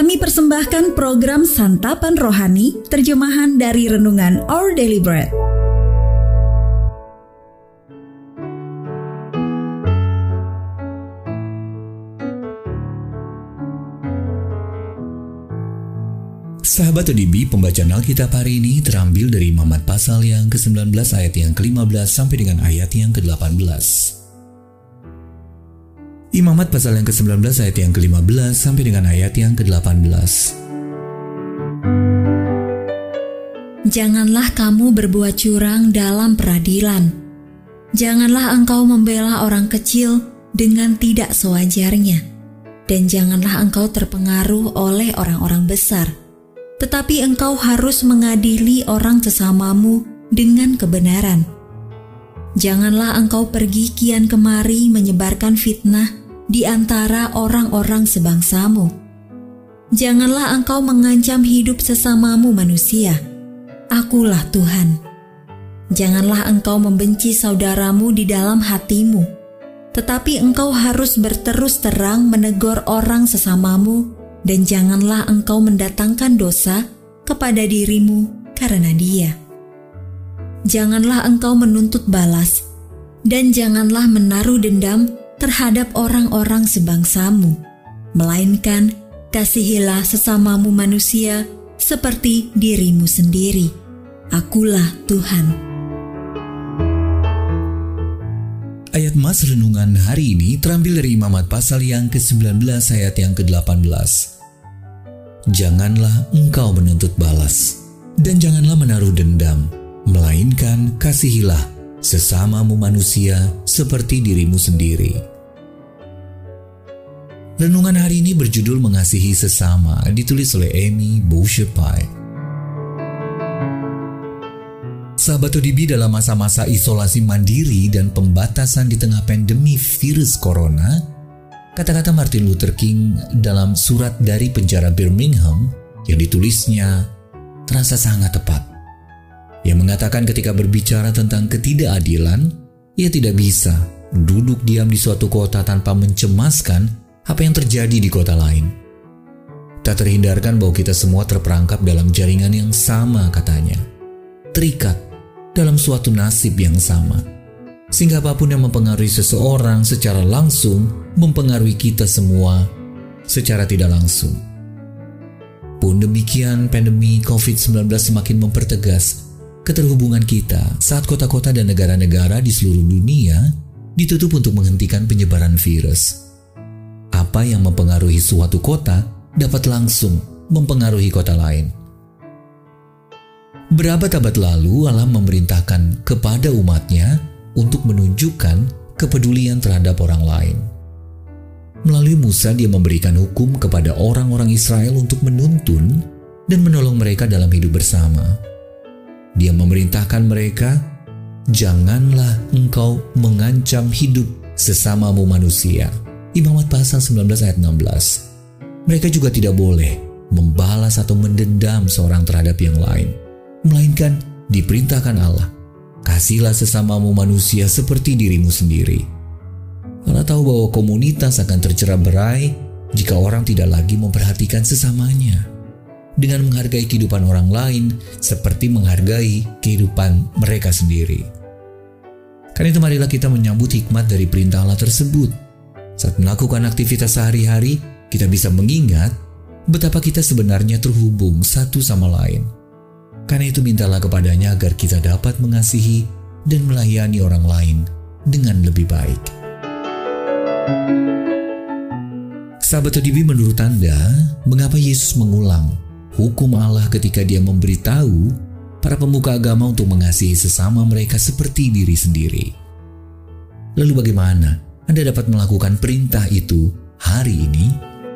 Kami persembahkan program Santapan Rohani, terjemahan dari Renungan Our Daily Bread. Sahabat ODB, pembacaan Alkitab hari ini terambil dari Imamat pasal yang ke-19 ayat yang ke-15 sampai dengan ayat yang ke-18. Imamat pasal yang ke-19 ayat yang ke-15 sampai dengan ayat yang ke-18. Janganlah kamu berbuat curang dalam peradilan. Janganlah engkau membela orang kecil dengan tidak sewajarnya. Dan janganlah engkau terpengaruh oleh orang-orang besar. Tetapi engkau harus mengadili orang sesamamu dengan kebenaran. Janganlah engkau pergi kian kemari menyebarkan fitnah di antara orang-orang sebangsamu. Janganlah engkau mengancam hidup sesamamu manusia. Akulah Tuhan. Janganlah engkau membenci saudaramu di dalam hatimu, tetapi engkau harus berterus terang menegur orang sesamamu, dan janganlah engkau mendatangkan dosa kepada dirimu karena dia. Janganlah engkau menuntut balas, dan janganlah menaruh dendam terhadap orang-orang sebangsamu, melainkan kasihilah sesamamu manusia seperti dirimu sendiri. Akulah Tuhan. Ayat Mas Renungan hari ini terambil dari Imamat pasal yang ke-19 ayat yang ke-18. Janganlah engkau menuntut balas, dan janganlah menaruh dendam, melainkan kasihilah sesamamu manusia seperti dirimu sendiri. Renungan hari ini berjudul Mengasihi Sesama, ditulis oleh Amy Bouchepai. Sahabat ODB, dalam masa-masa isolasi mandiri dan pembatasan di tengah pandemi virus corona, kata-kata Martin Luther King dalam surat dari penjara Birmingham yang ditulisnya terasa sangat tepat. Ia mengatakan ketika berbicara tentang ketidakadilan, ia tidak bisa duduk diam di suatu kota tanpa mencemaskan apa yang terjadi di kota lain. Tak terhindarkan bahwa kita semua terperangkap dalam jaringan yang sama, katanya. Terikat dalam suatu nasib yang sama. Sehingga apapun yang mempengaruhi seseorang secara langsung mempengaruhi kita semua secara tidak langsung. Pun demikian, pandemi COVID-19 semakin mempertegas keterhubungan kita saat kota-kota dan negara-negara di seluruh dunia ditutup untuk menghentikan penyebaran virus. Apa yang mempengaruhi suatu kota dapat langsung mempengaruhi kota lain. Berabad-abad lalu Allah memerintahkan kepada umatnya untuk menunjukkan kepedulian terhadap orang lain. Melalui Musa, dia memberikan hukum kepada orang-orang Israel untuk menuntun dan menolong mereka dalam hidup bersama. Dia memerintahkan mereka, janganlah engkau mengancam hidup sesamamu manusia. Imamat pasal 19 ayat 16. Mereka juga tidak boleh membalas atau mendendam seorang terhadap yang lain, melainkan diperintahkan Allah, kasihlah sesamamu manusia seperti dirimu sendiri. Allah tahu bahwa komunitas akan tercerai-berai jika orang tidak lagi memperhatikan sesamanya, dengan menghargai kehidupan orang lain seperti menghargai kehidupan mereka sendiri. Karena itu marilah kita menyambut hikmat dari perintah Allah tersebut. Saat melakukan aktivitas sehari-hari, kita bisa mengingat betapa kita sebenarnya terhubung satu sama lain. Karena itu mintalah kepadanya agar kita dapat mengasihi dan melayani orang lain dengan lebih baik. Sahabat ODB, menurut Anda, mengapa Yesus mengulang hukum Allah ketika dia memberitahu para pemuka agama untuk mengasihi sesama mereka seperti diri sendiri? Lalu bagaimana Anda dapat melakukan perintah itu hari ini?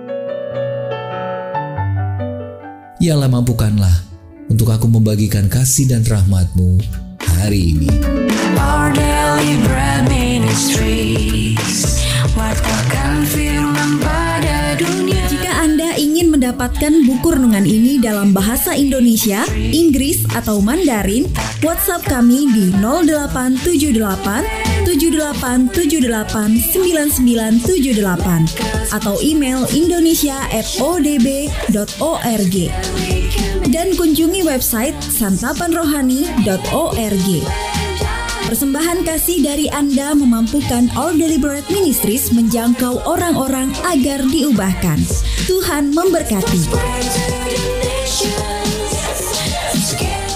Ya Allah, mampukanlah untuk aku membagikan kasih dan rahmat-Mu hari ini. Our Daily Bread Ministries, wartakan firman pada dunia. Jika Anda ingin mendapatkan buku renungan ini dalam bahasa Indonesia, Inggris, atau Mandarin, WhatsApp kami di 0878 0878789978 atau email indonesia@odb.org dan kunjungi website santapanrohani.org. Persembahan kasih dari Anda memampukan Our Daily Bread Ministries menjangkau orang-orang agar diubahkan. Tuhan memberkati.